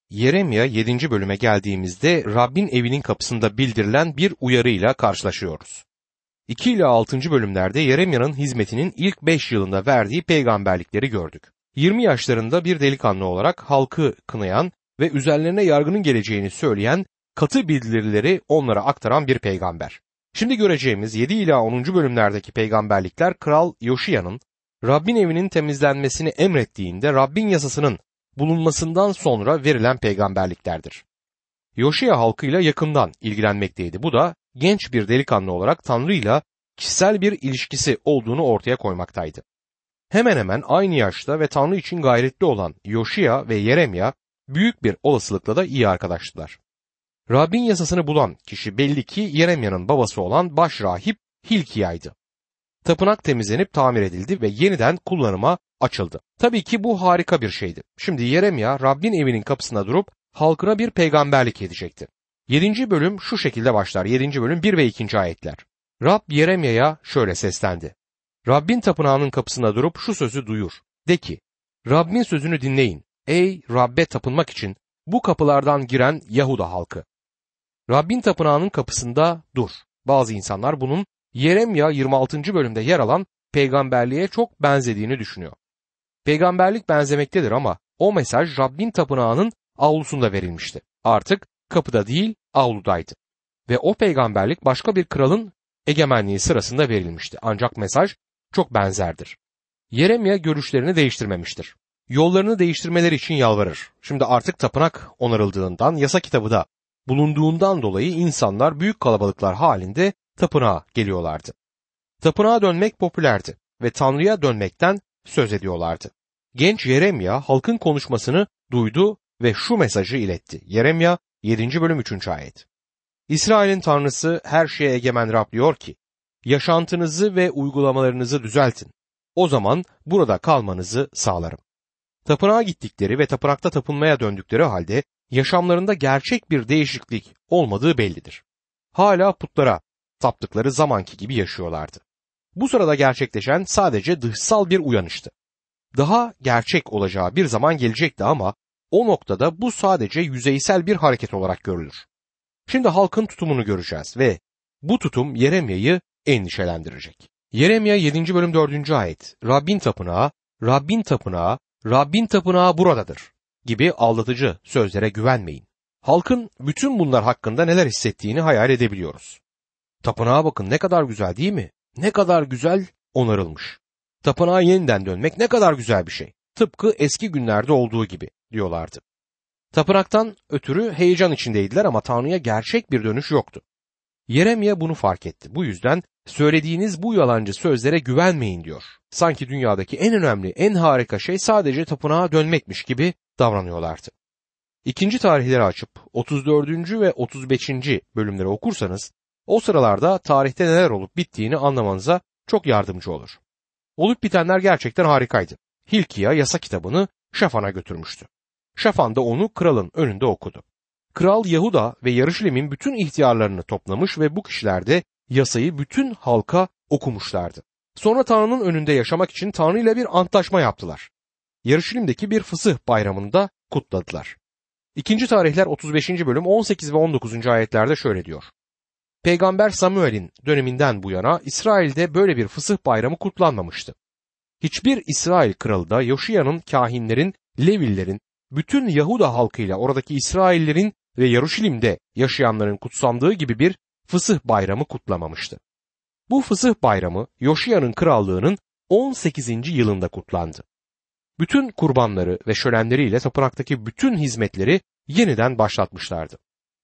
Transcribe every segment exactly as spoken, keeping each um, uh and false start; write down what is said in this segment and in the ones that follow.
Yeremya yedinci bölüme geldiğimizde Rabbin evinin kapısında bildirilen bir uyarıyla karşılaşıyoruz. iki ile altıncı bölümlerde Yeremya'nın hizmetinin ilk beş yılında verdiği peygamberlikleri gördük. yirmi yaşlarında bir delikanlı olarak halkı kınayan ve üzerlerine yargının geleceğini söyleyen katı bildirileri onlara aktaran bir peygamber. Şimdi göreceğimiz yedi ila onuncu bölümlerdeki peygamberlikler Kral Yoşiya'nın Rabbin evinin temizlenmesini emrettiğinde Rabbin yasasının bulunmasından sonra verilen peygamberliklerdir. Yoşiya halkıyla yakından ilgilenmekteydi. Bu da genç bir delikanlı olarak Tanrı'yla kişisel bir ilişkisi olduğunu ortaya koymaktaydı. Hemen hemen aynı yaşta ve Tanrı için gayretli olan Yoşiya ve Yeremya büyük bir olasılıkla da iyi arkadaştılar. Rabbin yasasını bulan kişi belli ki Yeremya'nın babası olan başrahip Hilkiya'ydı. Tapınak temizlenip tamir edildi ve yeniden kullanıma açıldı. Tabii ki bu harika bir şeydi. Şimdi Yeremya Rabbin evinin kapısında durup halkına bir peygamberlik edecekti. yedinci bölüm şu şekilde başlar. yedinci bölüm bir ve ikinci ayetler. Rab Yeremya'ya şöyle seslendi. Rabbin tapınağının kapısında durup şu sözü duyur. De ki, Rabbin sözünü dinleyin. Ey Rabbe tapınmak için bu kapılardan giren Yahuda halkı. Rabbin tapınağının kapısında dur. Bazı insanlar bunun Yeremya yirmi altıncı bölümde yer alan peygamberliğe çok benzediğini düşünüyor. Peygamberlik benzemektedir ama o mesaj Rabbin tapınağının avlusunda verilmişti. Artık kapıda değil avludaydı. Ve o peygamberlik başka bir kralın egemenliği sırasında verilmişti. Ancak mesaj çok benzerdir. Yeremya görüşlerini değiştirmemiştir. Yollarını değiştirmeleri için yalvarır. Şimdi artık tapınak onarıldığından, yasa kitabı da bulunduğundan dolayı insanlar büyük kalabalıklar halinde tapınağa geliyorlardı. Tapınağa dönmek popülerdi ve Tanrı'ya dönmekten söz ediyorlardı. Genç Yeremya halkın konuşmasını duydu ve şu mesajı iletti. Yeremya yedinci bölüm üçüncü ayet. İsrail'in Tanrısı her şeye egemen Rab diyor ki, yaşantınızı ve uygulamalarınızı düzeltin. O zaman burada kalmanızı sağlarım. Tapınağa gittikleri ve tapınakta tapınmaya döndükleri halde yaşamlarında gerçek bir değişiklik olmadığı bellidir. Hala putlara taptıkları zamanki gibi yaşıyorlardı. Bu sırada gerçekleşen sadece dışsal bir uyanıştı. Daha gerçek olacağı bir zaman gelecekti ama o noktada bu sadece yüzeysel bir hareket olarak görülür. Şimdi halkın tutumunu göreceğiz ve bu tutum Yeremya'yı endişelendirecek. Yeremya yedinci bölüm dördüncü ayet. Rabbin tapınağı, Rabbin tapınağı, Rabbin tapınağı buradadır gibi aldatıcı sözlere güvenmeyin. Halkın bütün bunlar hakkında neler hissettiğini hayal edebiliyoruz. Tapınağa bakın ne kadar güzel değil mi? Ne kadar güzel onarılmış. Tapınağa yeniden dönmek ne kadar güzel bir şey. Tıpkı eski günlerde olduğu gibi diyorlardı. Tapınaktan ötürü heyecan içindeydiler ama Tanrı'ya gerçek bir dönüş yoktu. Yeremya bunu fark etti. Bu yüzden söylediğiniz bu yalancı sözlere güvenmeyin diyor. Sanki dünyadaki en önemli, en harika şey sadece tapınağa dönmekmiş gibi davranıyorlardı. İkinci tarihleri açıp otuz dördüncü ve otuz beşinci bölümleri okursanız o sıralarda tarihte neler olup bittiğini anlamanıza çok yardımcı olur. Olup bitenler gerçekten harikaydı. Hilkiya yasa kitabını Şafan'a götürmüştü. Şafan da onu kralın önünde okudu. Kral Yahuda ve Yarışilim'in bütün ihtiyarlarını toplamış ve bu kişiler de yasayı bütün halka okumuşlardı. Sonra Tanrı'nın önünde yaşamak için Tanrı ile bir antlaşma yaptılar. Yarışilim'deki bir fısıh bayramını da kutladılar. İkinci tarihler otuz beşinci bölüm on sekiz ve on dokuzuncu ayetlerde şöyle diyor. Peygamber Samuel'in döneminden bu yana İsrail'de böyle bir fısıh bayramı kutlanmamıştı. Hiçbir İsrail kralı da Yoşiya'nın, kahinlerin, Levillerin, bütün Yahuda halkıyla oradaki İsraillerin ve Yarışilim'de yaşayanların kutsandığı gibi bir fısıh bayramı kutlamamıştı. Bu fısıh bayramı Yoşiya'nın krallığının on sekizinci yılında kutlandı. Bütün kurbanları ve şölenleriyle tapınaktaki bütün hizmetleri yeniden başlatmışlardı.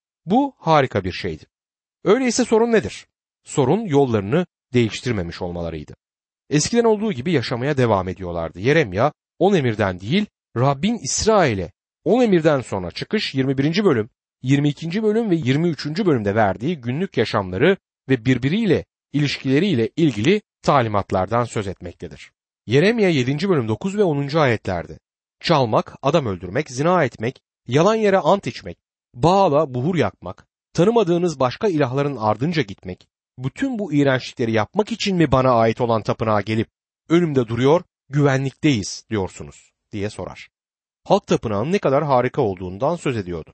Bu harika bir şeydi. Öyleyse sorun nedir? Sorun yollarını değiştirmemiş olmalarıydı. Eskiden olduğu gibi yaşamaya devam ediyorlardı. Yeremya on emirden değil, Rabbin İsrail'e on emirden sonra çıkış yirmi birinci bölüm, yirmi ikinci bölüm ve yirmi üçüncü bölümde verdiği günlük yaşamları ve birbiriyle ilişkileriyle ilgili talimatlardan söz etmektedir. Yeremya yedinci bölüm dokuz ve onuncu ayetlerde çalmak, adam öldürmek, zina etmek, yalan yere ant içmek, Baal'a buhur yakmak, tanımadığınız başka ilahların ardınca gitmek, bütün bu iğrençlikleri yapmak için mi bana ait olan tapınağa gelip önümde duruyor, güvenlikteyiz diyorsunuz diye sorar. halk tapınağının ne kadar harika olduğundan söz ediyordu.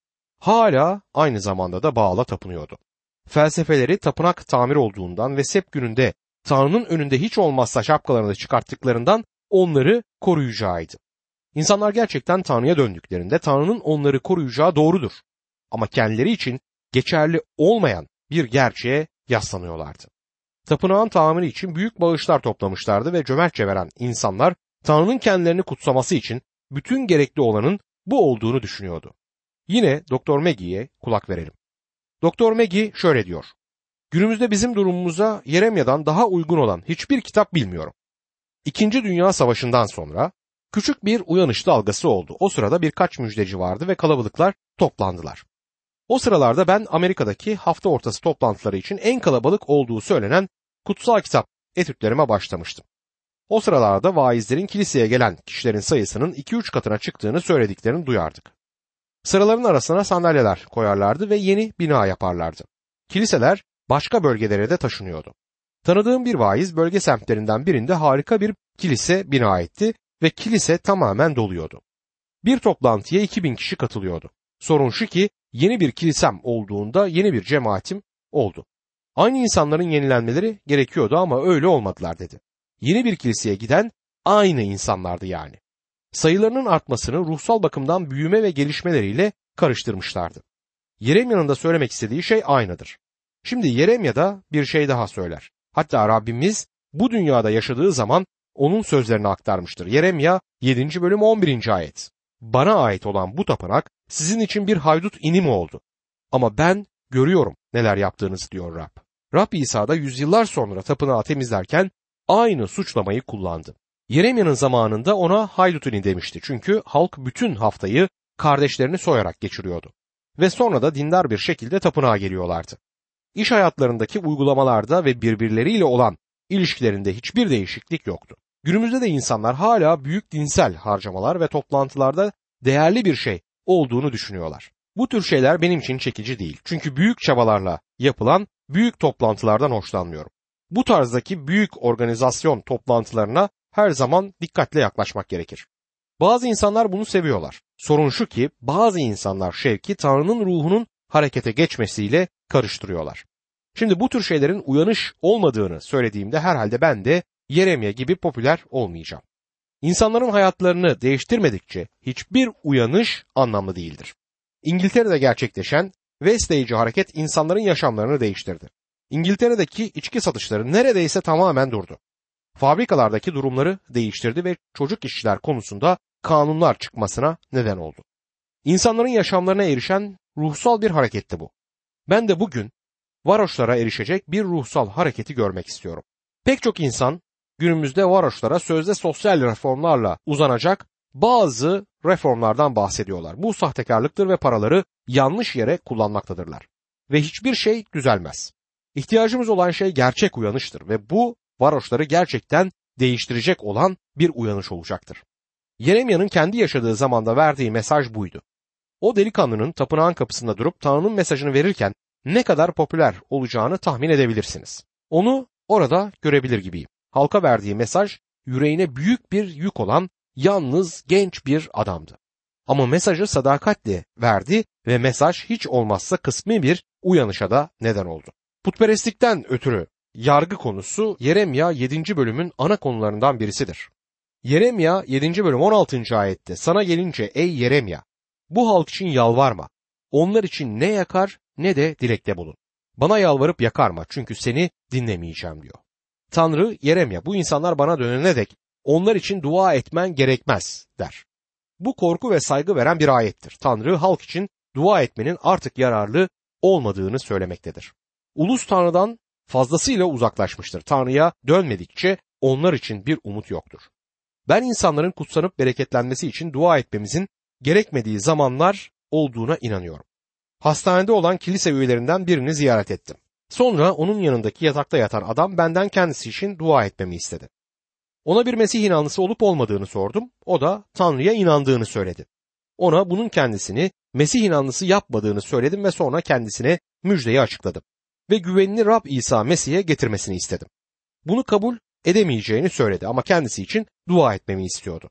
Hala aynı zamanda da Baal'a tapınıyordu. Felsefeleri tapınak tamir olduğundan ve Sep gününde Tanrı'nın önünde hiç olmazsa şapkalarını çıkarttıklarından onları koruyacağıydı. İnsanlar gerçekten Tanrı'ya döndüklerinde Tanrı'nın onları koruyacağı doğrudur. Ama kendileri için geçerli olmayan bir gerçeğe yaslanıyorlardı. Tapınağın tamiri için büyük bağışlar toplamışlardı ve cömertçe veren insanlar Tanrı'nın kendilerini kutsaması için bütün gerekli olanın bu olduğunu düşünüyordu. Yine Doktor Maggie'ye kulak verelim. Doktor Maggie şöyle diyor. Günümüzde bizim durumumuza Yeremya'dan daha uygun olan hiçbir kitap bilmiyorum. İkinci Dünya Savaşı'ndan sonra küçük bir uyanış dalgası oldu. O sırada birkaç müjdeci vardı ve kalabalıklar toplandılar. O sıralarda ben Amerika'daki hafta ortası toplantıları için en kalabalık olduğu söylenen kutsal kitap etütlerime başlamıştım. O sıralarda vaizlerin kiliseye gelen kişilerin sayısının iki üç katına çıktığını söylediklerini duyardık. Sıraların arasına sandalyeler koyarlardı ve yeni bina yaparlardı. Kiliseler başka bölgelere de taşınıyordu. Tanıdığım bir vaiz bölge semtlerinden birinde harika bir kilise bina etti ve kilise tamamen doluyordu. Bir toplantıya iki bin kişi katılıyordu. Sorun şu ki yeni bir kilisem olduğunda yeni bir cemaatim oldu. Aynı insanların yenilenmeleri gerekiyordu ama öyle olmadılar dedi. Yeni bir kiliseye giden aynı insanlardı yani. Sayılarının artmasını ruhsal bakımdan büyüme ve gelişmeleriyle karıştırmışlardı. Yeremya'nın da söylemek istediği şey aynıdır. Şimdi Yeremya da bir şey daha söyler. Hatta Rabbimiz bu dünyada yaşadığı zaman onun sözlerini aktarmıştır. Yeremya yedinci bölüm on birinci ayet. Bana ait olan bu tapınak sizin için bir haydut inimi oldu. Ama ben görüyorum neler yaptığınızı diyor Rab. Rab İsa da yüzyıllar sonra tapınağı temizlerken aynı suçlamayı kullandı. Yeremya'nın zamanında ona haydut ini demişti. Çünkü halk bütün haftayı kardeşlerini soyarak geçiriyordu. Ve sonra da dindar bir şekilde tapınağa geliyorlardı. İş hayatlarındaki uygulamalarda ve birbirleriyle olan ilişkilerinde hiçbir değişiklik yoktu. Günümüzde de insanlar hala büyük dinsel harcamalar ve toplantılarda değerli bir şey olduğunu düşünüyorlar. Bu tür şeyler benim için çekici değil. Çünkü büyük çabalarla yapılan büyük toplantılardan hoşlanmıyorum. Bu tarzdaki büyük organizasyon toplantılarına her zaman dikkatle yaklaşmak gerekir. Bazı insanlar bunu seviyorlar. Sorun şu ki bazı insanlar şevki Tanrı'nın ruhunun harekete geçmesiyle karıştırıyorlar. Şimdi bu tür şeylerin uyanış olmadığını söylediğimde herhalde ben de Yeremya gibi popüler olmayacağım. İnsanların hayatlarını değiştirmedikçe hiçbir uyanış anlamlı değildir. İngiltere'de gerçekleşen Wesleyci hareket insanların yaşamlarını değiştirdi. İngiltere'deki içki satışları neredeyse tamamen durdu. Fabrikalardaki durumları değiştirdi ve çocuk işçiler konusunda kanunlar çıkmasına neden oldu. İnsanların yaşamlarına erişen ruhsal bir hareketti bu. Ben de bugün varoşlara erişecek bir ruhsal hareketi görmek istiyorum. Pek çok insan günümüzde varoşlara sözde sosyal reformlarla uzanacak bazı reformlardan bahsediyorlar. Bu sahtekarlıktır ve paraları yanlış yere kullanmaktadırlar. Ve hiçbir şey düzelmez. İhtiyacımız olan şey gerçek uyanıştır ve bu varoşları gerçekten değiştirecek olan bir uyanış olacaktır. Yeremya'nın kendi yaşadığı zamanda verdiği mesaj buydu. O delikanlının tapınağın kapısında durup Tanrı'nın mesajını verirken ne kadar popüler olacağını tahmin edebilirsiniz. Onu orada görebilir gibiyim. Halka verdiği mesaj yüreğine büyük bir yük olan yalnız genç bir adamdı. Ama mesajı sadakatle verdi ve mesaj hiç olmazsa kısmi bir uyanışa da neden oldu. Putperestlikten ötürü yargı konusu Yeremya yedinci bölümün ana konularından birisidir. Yeremya yedinci bölüm on altıncı ayette sana gelince ey Yeremya bu halk için yalvarma. Onlar için ne yakar ne de dilekte bulun. Bana yalvarıp yakarma çünkü seni dinlemeyeceğim diyor. Tanrı Yeremya bu insanlar bana dönene dek onlar için dua etmen gerekmez der. Bu korku ve saygı veren bir ayettir. Tanrı halk için dua etmenin artık yararlı olmadığını söylemektedir. Ulus Tanrı'dan fazlasıyla uzaklaşmıştır. Tanrı'ya dönmedikçe onlar için bir umut yoktur. Ben insanların kutsanıp bereketlenmesi için dua etmemizin gerekmediği zamanlar olduğuna inanıyorum. Hastanede olan kilise üyelerinden birini ziyaret ettim. Sonra onun yanındaki yatakta yatan adam benden kendisi için dua etmemi istedi. Ona bir Mesih inanlısı olup olmadığını sordum. O da Tanrı'ya inandığını söyledi. Ona bunun kendisini Mesih inanlısı yapmadığını söyledim ve sonra kendisine müjdeyi açıkladım. Ve güvenini Rab İsa Mesih'e getirmesini istedim. Bunu kabul edemeyeceğini söyledi ama kendisi için dua etmemi istiyordu.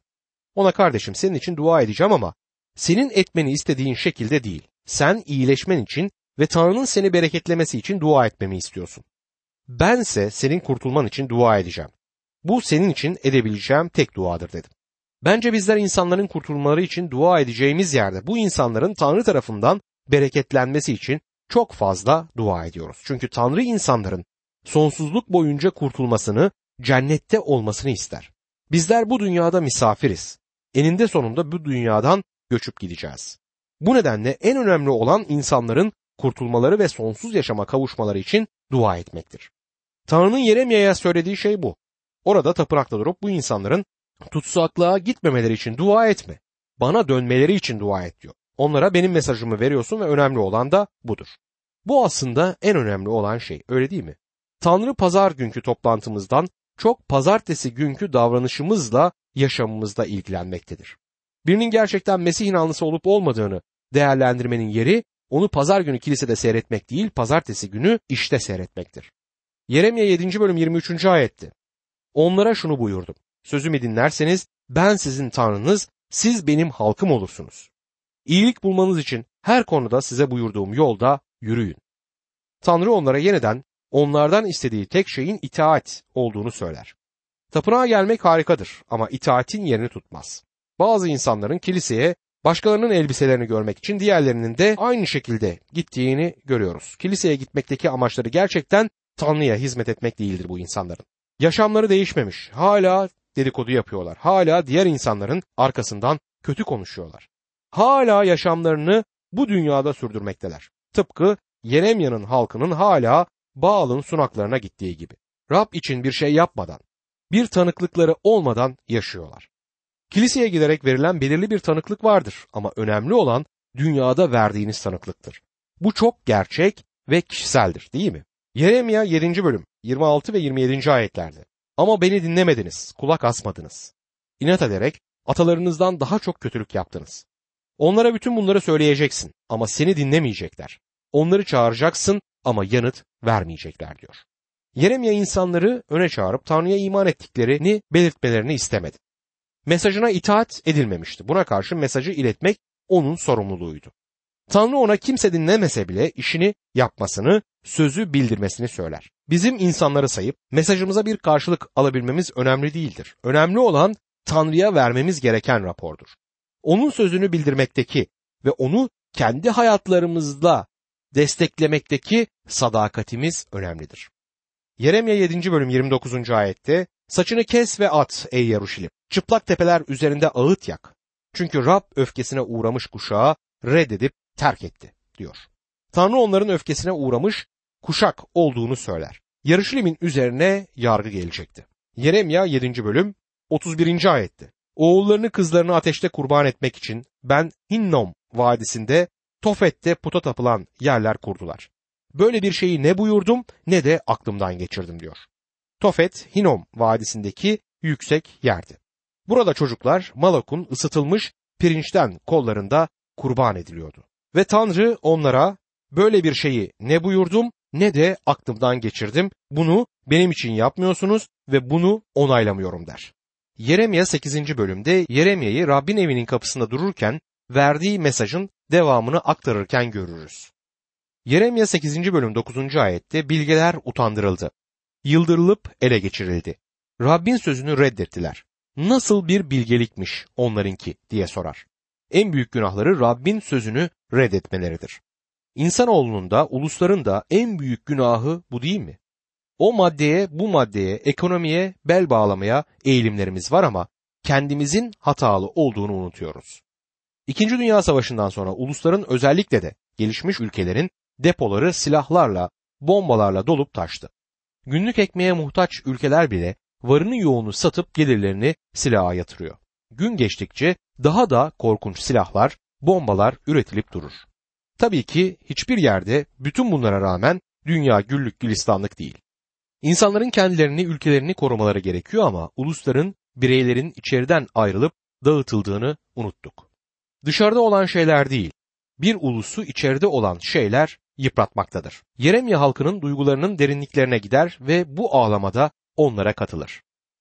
Ona kardeşim senin için dua edeceğim ama senin etmeni istediğin şekilde değil. Sen iyileşmen için ve Tanrı'nın seni bereketlemesi için dua etmemi istiyorsun. Bense senin kurtulman için dua edeceğim. Bu senin için edebileceğim tek duadır dedim. Bence bizler insanların kurtulmaları için dua edeceğimiz yerde bu insanların Tanrı tarafından bereketlenmesi için çok fazla dua ediyoruz. Çünkü Tanrı insanların sonsuzluk boyunca kurtulmasını, cennette olmasını ister. Bizler bu dünyada misafiriz. Eninde sonunda bu dünyadan göçüp gideceğiz. Bu nedenle en önemli olan insanların kurtulmaları ve sonsuz yaşama kavuşmaları için dua etmektir. Tanrı'nın Yeremya'ya söylediği şey bu. Orada tapınakta durup bu insanların tutsaklığa gitmemeleri için dua etme. Bana dönmeleri için dua et diyor. Onlara benim mesajımı veriyorsun ve önemli olan da budur. Bu aslında en önemli olan şey, öyle değil mi? Tanrı pazar günkü toplantımızdan çok pazartesi günkü davranışımızla, yaşamımızda ilgilenmektedir. Birinin gerçekten Mesih inanlısı olup olmadığını değerlendirmenin yeri onu pazar günü kilisede seyretmek değil, pazartesi günü işte seyretmektir. Yeremya yedinci bölüm yirmi üçüncü ayetti. Onlara şunu buyurdum. Sözümü dinlerseniz ben sizin Tanrınız, siz benim halkım olursunuz. İyilik bulmanız için her konuda size buyurduğum yolda yürüyün. Tanrı onlara yeniden onlardan istediği tek şeyin itaat olduğunu söyler. Tapınağa gelmek harikadır ama itaatin yerini tutmaz. Bazı insanların kiliseye başkalarının elbiselerini görmek için diğerlerinin de aynı şekilde gittiğini görüyoruz. Kiliseye gitmekteki amaçları gerçekten Tanrı'ya hizmet etmek değildir bu insanların. Yaşamları değişmemiş, hala dedikodu yapıyorlar, hala diğer insanların arkasından kötü konuşuyorlar. Hala yaşamlarını bu dünyada sürdürmekteler. Tıpkı Yeremya'nın halkının hala Baal'ın sunaklarına gittiği gibi. Rab için bir şey yapmadan, bir tanıklıkları olmadan yaşıyorlar. Kiliseye giderek verilen belirli bir tanıklık vardır ama önemli olan dünyada verdiğiniz tanıklıktır. Bu çok gerçek ve kişiseldir, değil mi? Yeremya yedinci bölüm yirmi altı ve yirmi yedinci ayetlerde. Ama beni dinlemediniz, kulak asmadınız. İnat ederek atalarınızdan daha çok kötülük yaptınız. Onlara bütün bunları söyleyeceksin ama seni dinlemeyecekler. Onları çağıracaksın ama yanıt vermeyecekler diyor. Yeremya insanları öne çağırıp Tanrı'ya iman ettiklerini belirtmelerini istemedi. Mesajına itaat edilmemişti. Buna karşı mesajı iletmek onun sorumluluğuydu. Tanrı ona kimse dinlemese bile işini yapmasını, sözü bildirmesini söyler. Bizim insanları sayıp mesajımıza bir karşılık alabilmemiz önemli değildir. Önemli olan Tanrı'ya vermemiz gereken rapordur. Onun sözünü bildirmekteki ve onu kendi hayatlarımızla desteklemekteki sadakatimiz önemlidir. Yeremya yedinci bölüm yirmi dokuzuncu ayette saçını kes ve at ey Yeruşalim. Çıplak tepeler üzerinde ağıt yak. Çünkü Rab öfkesine uğramış kuşağı reddedip terk etti diyor. Tanrı onların öfkesine uğramış kuşak olduğunu söyler. Yeruşalim'in üzerine yargı gelecekti. Yeremya yedinci bölüm otuz birinci ayette. Oğullarını kızlarını ateşte kurban etmek için ben Hinnom vadisinde Tofet'te puta tapılan yerler kurdular. Böyle bir şeyi ne buyurdum ne de aklımdan geçirdim diyor. Tofet, Hinnom vadisindeki yüksek yerdi. Burada çocuklar Malak'un ısıtılmış pirinçten kollarında kurban ediliyordu. Ve Tanrı onlara böyle bir şeyi ne buyurdum ne de aklımdan geçirdim. Bunu benim için yapmıyorsunuz ve bunu onaylamıyorum der. Yeremya sekizinci bölümde Yeremya'yı Rabbin evinin kapısında dururken verdiği mesajın devamını aktarırken görürüz. Yeremya sekizinci bölüm dokuzuncu ayette bilgeler utandırıldı. Yıldırılıp ele geçirildi. Rabbin sözünü reddettiler. Nasıl bir bilgelikmiş onlarınki diye sorar. En büyük günahları Rabbin sözünü reddetmeleridir. İnsanoğlunun da ulusların da en büyük günahı bu değil mi? O maddeye, bu maddeye, ekonomiye bel bağlamaya eğilimlerimiz var ama kendimizin hatalı olduğunu unutuyoruz. İkinci Dünya Savaşı'ndan sonra ulusların özellikle de gelişmiş ülkelerin depoları silahlarla, bombalarla dolup taştı. Günlük ekmeğe muhtaç ülkeler bile varını yoğunu satıp gelirlerini silaha yatırıyor. Gün geçtikçe daha da korkunç silahlar, bombalar üretilip durur. Tabii ki hiçbir yerde bütün bunlara rağmen dünya güllük gülistanlık değil. İnsanların kendilerini, ülkelerini korumaları gerekiyor ama ulusların, bireylerin içeriden ayrılıp dağıtıldığını unuttuk. Dışarıda olan şeyler değil, bir ulusu içeride olan şeyler yıpratmaktadır. Yeremya halkının duygularının derinliklerine gider ve bu ağlamada onlara katılır.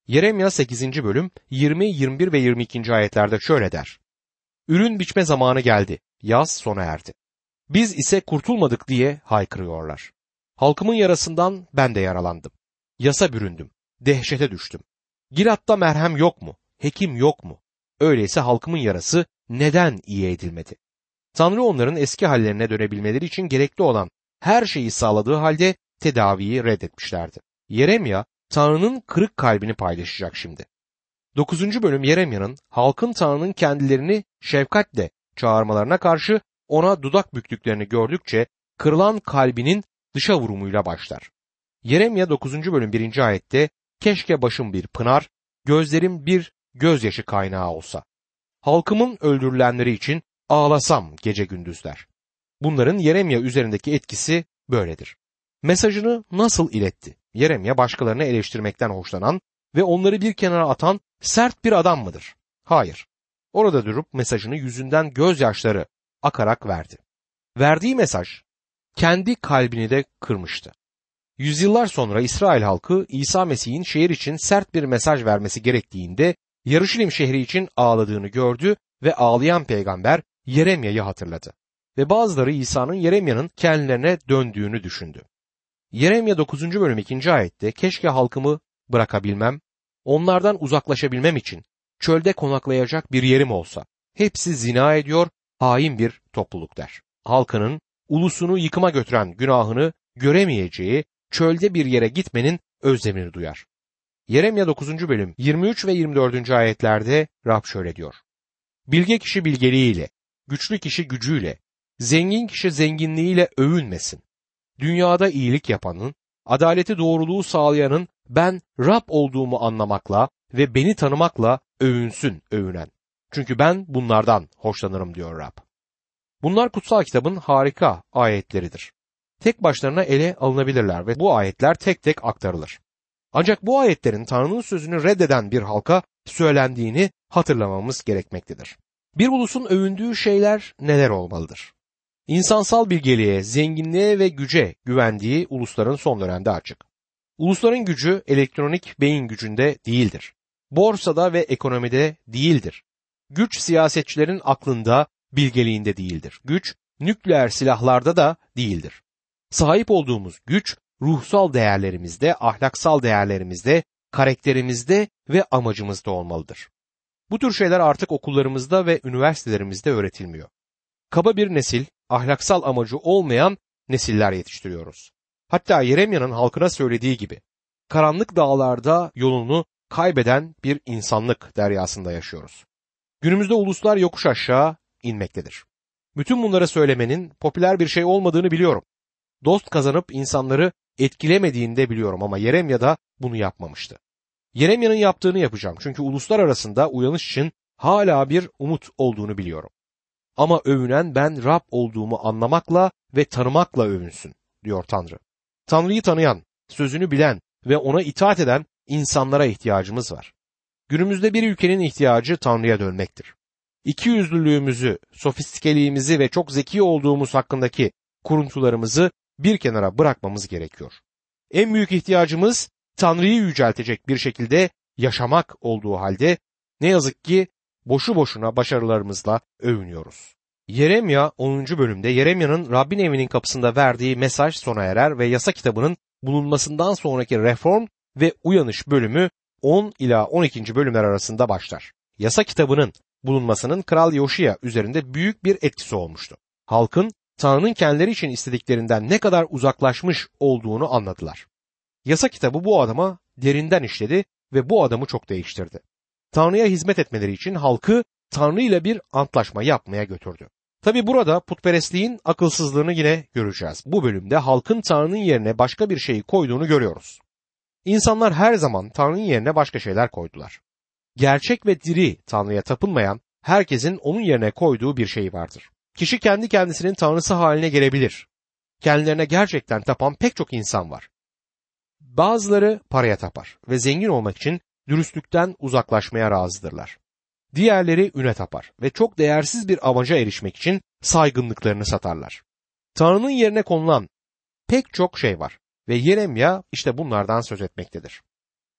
Yeremya sekizinci bölüm yirmi, yirmi bir ve yirmi ikinci ayetlerde şöyle der. Ürün biçme zamanı geldi, yaz sona erdi. Biz ise kurtulmadık diye haykırıyorlar. Halkımın yarasından ben de yaralandım. Yasa büründüm, dehşete düştüm. Gilat'ta merhem yok mu? Hekim yok mu? Öyleyse halkımın yarası neden iyi edilmedi? Tanrı onların eski hallerine dönebilmeleri için gerekli olan her şeyi sağladığı halde tedaviyi reddetmişlerdi. Yeremya, Tanrı'nın kırık kalbini paylaşacak şimdi. dokuzuncu bölüm Yeremya'nın halkın Tanrı'nın kendilerini şefkatle çağırmalarına karşı ona dudak büktüklerini gördükçe kırılan kalbinin dışa vurumuyla başlar. Yeremya dokuzuncu bölüm birinci ayette keşke başım bir pınar, gözlerim bir gözyaşı kaynağı olsa. Halkımın öldürülenleri için ağlasam gece gündüzler. Bunların Yeremya üzerindeki etkisi böyledir. Mesajını nasıl iletti? Yeremya başkalarını eleştirmekten hoşlanan ve onları bir kenara atan sert bir adam mıdır? Hayır. Orada durup mesajını yüzünden gözyaşları akarak verdi. Verdiği mesaj kendi kalbini de kırmıştı. Yüzyıllar sonra İsrail halkı İsa Mesih'in şehir için sert bir mesaj vermesi gerektiğinde Yarışilim şehri için ağladığını gördü ve ağlayan peygamber Yeremya'yı hatırladı. Ve bazıları İsa'nın Yeremya'nın kendilerine döndüğünü düşündü. Yeremya dokuzuncu bölüm ikinci ayette keşke halkımı bırakabilmem, onlardan uzaklaşabilmem için çölde konaklayacak bir yerim olsa. Hepsi zina ediyor, hain bir topluluk der. Halkının ulusunu yıkıma götüren günahını göremeyeceği çölde bir yere gitmenin özlemini duyar. Yeremya dokuzuncu bölüm yirmi üç ve yirmi dördüncü ayetlerde Rab şöyle diyor. Bilge kişi bilgeliğiyle, güçlü kişi gücüyle, zengin kişi zenginliğiyle övünmesin. Dünyada iyilik yapanın, adaleti doğruluğu sağlayanın ben Rab olduğumu anlamakla ve beni tanımakla övünsün övünen. Çünkü ben bunlardan hoşlanırım diyor Rab. Bunlar kutsal kitabın harika ayetleridir. Tek başlarına ele alınabilirler ve bu ayetler tek tek aktarılır. Ancak bu ayetlerin Tanrı'nın sözünü reddeden bir halka söylendiğini hatırlamamız gerekmektedir. Bir ulusun övündüğü şeyler neler olmalıdır? İnsansal bilgeliğe, zenginliğe ve güce güvendiği ulusların son dönemde açık. Ulusların gücü elektronik beyin gücünde değildir. Borsada ve ekonomide değildir. Güç siyasetçilerin aklında, bilgeliğinde değildir. Güç nükleer silahlarda da değildir. Sahip olduğumuz güç ruhsal değerlerimizde, ahlaksal değerlerimizde, karakterimizde ve amacımızda olmalıdır. Bu tür şeyler artık okullarımızda ve üniversitelerimizde öğretilmiyor. Kaba bir nesil, ahlaksal amacı olmayan nesiller yetiştiriyoruz. Hatta Yeremya'nın halkına söylediği gibi, karanlık dağlarda yolunu kaybeden bir insanlık deryasında yaşıyoruz. Günümüzde uluslar yokuş aşağı inmektedir. Bütün bunları söylemenin popüler bir şey olmadığını biliyorum. Dost kazanıp insanları etkilemediğini de biliyorum ama Yeremya da bunu yapmamıştı. Yeremya'nın yaptığını yapacağım çünkü uluslar arasında uyanış için hala bir umut olduğunu biliyorum. Ama övünen ben Rab olduğumu anlamakla ve tanımakla övünsün diyor Tanrı. Tanrı'yı tanıyan, sözünü bilen ve ona itaat eden insanlara ihtiyacımız var. Günümüzde bir ülkenin ihtiyacı Tanrı'ya dönmektir. İkiyüzlülüğümüzü, sofistikeliğimizi ve çok zeki olduğumuz hakkındaki kuruntularımızı bir kenara bırakmamız gerekiyor. En büyük ihtiyacımız Tanrı'yı yüceltecek bir şekilde yaşamak olduğu halde ne yazık ki boşu boşuna başarılarımızla övünüyoruz. Yeremya onuncu bölümde Yeremya'nın Rabbin evinin kapısında verdiği mesaj sona erer ve yasa kitabının bulunmasından sonraki reform ve uyanış bölümü on ila on ikinci bölümler arasında başlar. Yasa kitabının bulunmasının Kral Yoşiya üzerinde büyük bir etkisi olmuştu. Halkın Tanrı'nın kendileri için istediklerinden ne kadar uzaklaşmış olduğunu anladılar. Yasa kitabı bu adama derinden işledi ve bu adamı çok değiştirdi. Tanrı'ya hizmet etmeleri için halkı Tanrı ile bir antlaşma yapmaya götürdü. Tabi burada putperestliğin akılsızlığını yine göreceğiz. Bu bölümde halkın Tanrı'nın yerine başka bir şeyi koyduğunu görüyoruz. İnsanlar her zaman Tanrı'nın yerine başka şeyler koydular. Gerçek ve diri Tanrı'ya tapınmayan herkesin onun yerine koyduğu bir şey vardır. Kişi kendi kendisinin tanrısı haline gelebilir. Kendilerine gerçekten tapan pek çok insan var. Bazıları paraya tapar ve zengin olmak için dürüstlükten uzaklaşmaya razıdırlar. Diğerleri üne tapar ve çok değersiz bir amaca erişmek için saygınlıklarını satarlar. Tanrı'nın yerine konulan pek çok şey var ve Yeremya işte bunlardan söz etmektedir.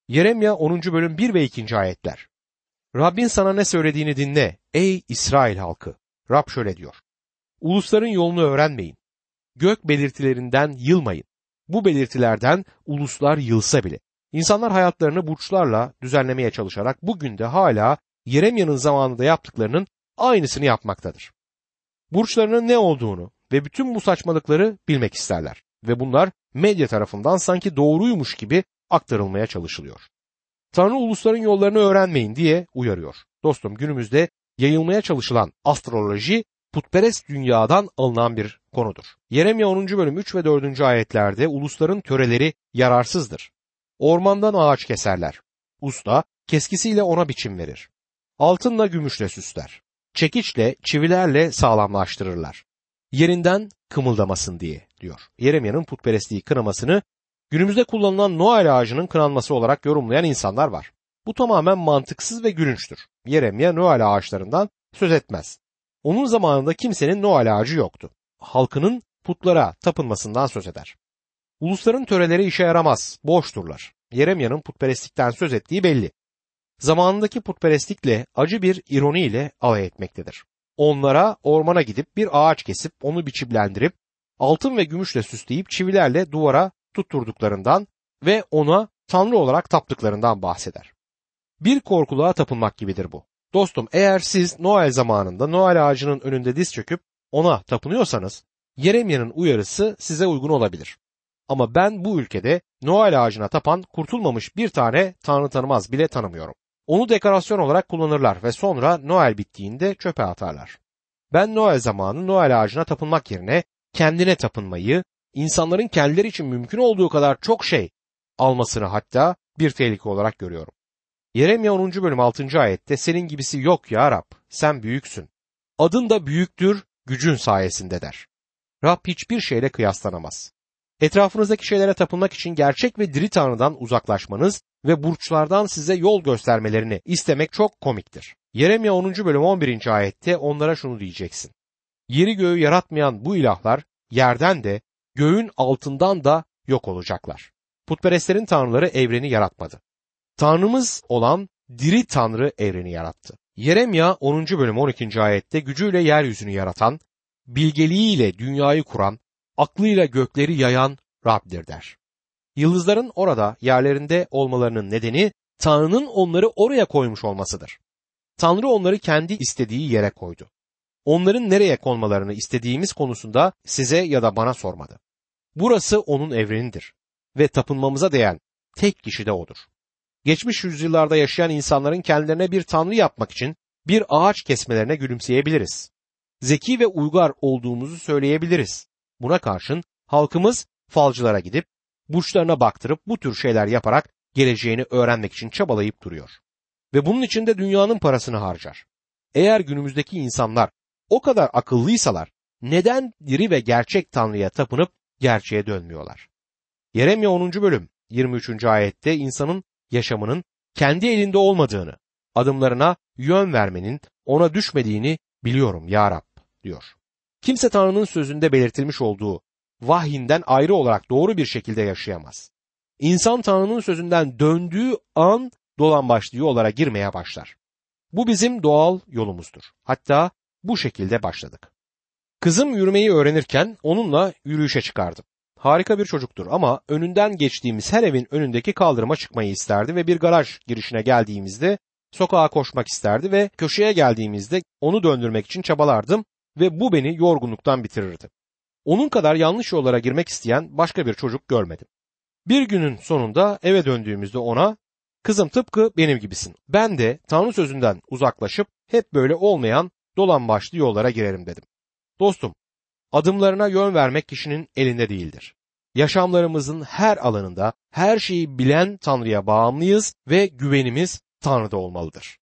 Yeremya onuncu bölüm bir ve ikinci ayetler. Rabbin sana ne söylediğini dinle ey İsrail halkı. Rab şöyle diyor. Ulusların yolunu öğrenmeyin. Gök belirtilerinden yılmayın. Bu belirtilerden uluslar yılsa bile. İnsanlar hayatlarını burçlarla düzenlemeye çalışarak bugün de hala Yeremya'nın zamanında yaptıklarının aynısını yapmaktadır. Burçlarının ne olduğunu ve bütün bu saçmalıkları bilmek isterler ve bunlar medya tarafından sanki doğruymuş gibi aktarılmaya çalışılıyor. Tanrı ulusların yollarını öğrenmeyin diye uyarıyor. Dostum, günümüzde yayılmaya çalışılan astroloji putperest dünyadan alınan bir konudur. Yeremya onuncu bölüm üç ve dördüncü ayetlerde ulusların töreleri yararsızdır. Ormandan ağaç keserler. Usta keskisiyle ona biçim verir. Altınla gümüşle süsler. Çekiçle, çivilerle sağlamlaştırırlar. Yerinden kımıldamasın diye diyor. Yeremya'nın putperestliği kınamasını günümüzde kullanılan Noel ağacının kınanması olarak yorumlayan insanlar var. Bu tamamen mantıksız ve gülünçtür. Yeremya Noel ağaçlarından söz etmez. Onun zamanında kimsenin Noel ağacı yoktu. Halkının putlara tapınmasından söz eder. Ulusların töreleri işe yaramaz, boşturlar. Yeremya'nın putperestlikten söz ettiği belli. Zamanındaki putperestlikle acı bir ironi ile alay etmektedir. Onlara ormana gidip bir ağaç kesip onu biçimlendirip altın ve gümüşle süsleyip çivilerle duvara tutturduklarından ve ona tanrı olarak taptıklarından bahseder. Bir korkuluğa tapınmak gibidir bu. Dostum, eğer siz Noel zamanında Noel ağacının önünde diz çöküp ona tapınıyorsanız Yeremya'nın uyarısı size uygun olabilir. Ama ben bu ülkede Noel ağacına tapan kurtulmamış bir tane tanrı tanımaz bile tanımıyorum. Onu dekorasyon olarak kullanırlar ve sonra Noel bittiğinde çöpe atarlar. Ben Noel zamanı Noel ağacına tapınmak yerine kendine tapınmayı, insanların kendileri için mümkün olduğu kadar çok şey almasını hatta bir tehlike olarak görüyorum. Yeremya onuncu bölüm altıncı ayette senin gibisi yok ya Rab, sen büyüksün. Adın da büyüktür, gücün sayesinde der. Rab hiçbir şeyle kıyaslanamaz. Etrafınızdaki şeylere tapınmak için gerçek ve diri Tanrı'dan uzaklaşmanız ve burçlardan size yol göstermelerini istemek çok komiktir. Yeremya onuncu bölüm on birinci ayette onlara şunu diyeceksin. Yeri göğü yaratmayan bu ilahlar yerden de göğün altından da yok olacaklar. Putperestlerin tanrıları evreni yaratmadı. Tanrımız olan diri Tanrı evreni yarattı. Yeremya onuncu bölüm on ikinci ayette gücüyle yeryüzünü yaratan, bilgeliğiyle dünyayı kuran, aklıyla gökleri yayan Rab'dir der. Yıldızların orada yerlerinde olmalarının nedeni Tanrı'nın onları oraya koymuş olmasıdır. Tanrı onları kendi istediği yere koydu. Onların nereye konmalarını istediğimiz konusunda size ya da bana sormadı. Burası onun evrenidir ve tapınmamıza değen tek kişi de odur. Geçmiş yüzyıllarda yaşayan insanların kendilerine bir tanrı yapmak için bir ağaç kesmelerine gülümseyebiliriz. Zeki ve uygar olduğumuzu söyleyebiliriz. Buna karşın halkımız falcılara gidip burçlarına baktırıp bu tür şeyler yaparak geleceğini öğrenmek için çabalayıp duruyor. Ve bunun için de dünyanın parasını harcar. Eğer günümüzdeki insanlar o kadar akıllıysalar neden diri ve gerçek Tanrı'ya tapınıp gerçeğe dönmüyorlar? Yeremya onuncu bölüm yirmi üçüncü ayette insanın yaşamının kendi elinde olmadığını, adımlarına yön vermenin ona düşmediğini biliyorum ya Rab diyor. Kimse Tanrı'nın sözünde belirtilmiş olduğu vahyinden ayrı olarak doğru bir şekilde yaşayamaz. İnsan Tanrı'nın sözünden döndüğü an dolambaçlı yollara girmeye başlar. Bu bizim doğal yolumuzdur. Hatta bu şekilde başladık. Kızım yürümeyi öğrenirken onunla yürüyüşe çıkardım. Harika bir çocuktur ama önünden geçtiğimiz her evin önündeki kaldırıma çıkmayı isterdi ve bir garaj girişine geldiğimizde sokağa koşmak isterdi ve köşeye geldiğimizde onu döndürmek için çabalardım ve bu beni yorgunluktan bitirirdi. Onun kadar yanlış yollara girmek isteyen başka bir çocuk görmedim. Bir günün sonunda eve döndüğümüzde ona, "Kızım tıpkı benim gibisin. Ben de Tanrı sözünden uzaklaşıp hep böyle olmayan dolambaçlı yollara girerim." dedim. Dostum, adımlarına yön vermek kişinin elinde değildir. Yaşamlarımızın her alanında her şeyi bilen Tanrı'ya bağımlıyız ve güvenimiz Tanrı'da olmalıdır.